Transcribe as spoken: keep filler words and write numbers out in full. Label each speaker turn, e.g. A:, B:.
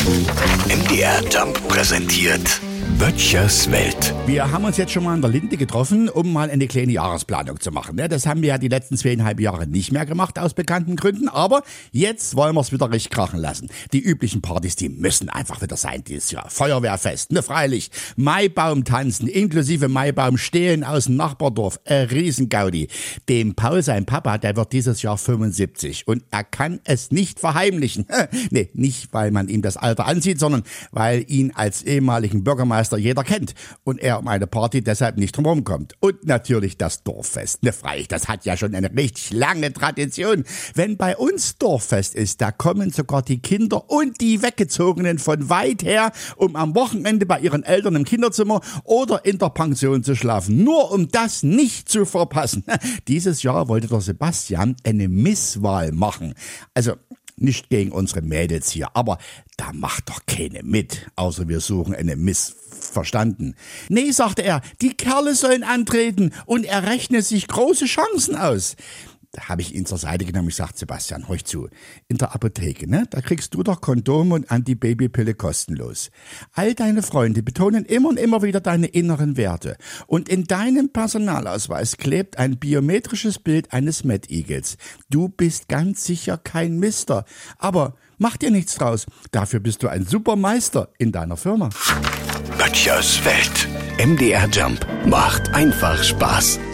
A: M D R Jump präsentiert Böttchers Welt.
B: Wir haben uns jetzt schon mal in der Linde getroffen, um mal eine kleine Jahresplanung zu machen. Das haben wir ja die letzten zweieinhalb Jahre nicht mehr gemacht, aus bekannten Gründen. Aber jetzt wollen wir es wieder richtig krachen lassen. Die üblichen Partys, die müssen einfach wieder sein dieses Jahr. Feuerwehrfest, ne freilich. Maibaum tanzen, inklusive Maibaum stehlen aus dem Nachbardorf. Ein Riesengaudi. Dem Paul, sein Papa, der wird dieses Jahr fünfundsiebzig. Und er kann es nicht verheimlichen. Nee, nicht, weil man ihm das Alter ansieht, sondern weil ihn als ehemaligen Bürgermeister jeder kennt und er um eine Party deshalb nicht drumherum kommt. Und natürlich das Dorffest. Ne, freilich, das hat ja schon eine richtig lange Tradition. Wenn bei uns Dorffest ist, da kommen sogar die Kinder und die Weggezogenen von weit her, um am Wochenende bei ihren Eltern im Kinderzimmer oder in der Pension zu schlafen. Nur um das nicht zu verpassen. Dieses Jahr wollte der Sebastian eine Misswahl machen. Also nicht gegen unsere Mädels hier, aber da macht doch keine mit, außer wir suchen eine Miss. Verstanden. Nee, sagte er, die Kerle sollen antreten und er rechne sich große Chancen aus. Da habe ich ihn zur Seite genommen. Ich sagte, Sebastian, horch zu. In der Apotheke, ne, da kriegst du doch Kondome und Antibabypille kostenlos. All deine Freunde betonen immer und immer wieder deine inneren Werte. Und in deinem Personalausweis klebt ein biometrisches Bild eines Mad Eagles. Du bist ganz sicher kein Mister. Aber mach dir nichts draus. Dafür bist du ein super Meister in deiner Firma.
A: Böttchers Welt. M D R Jump macht einfach Spaß.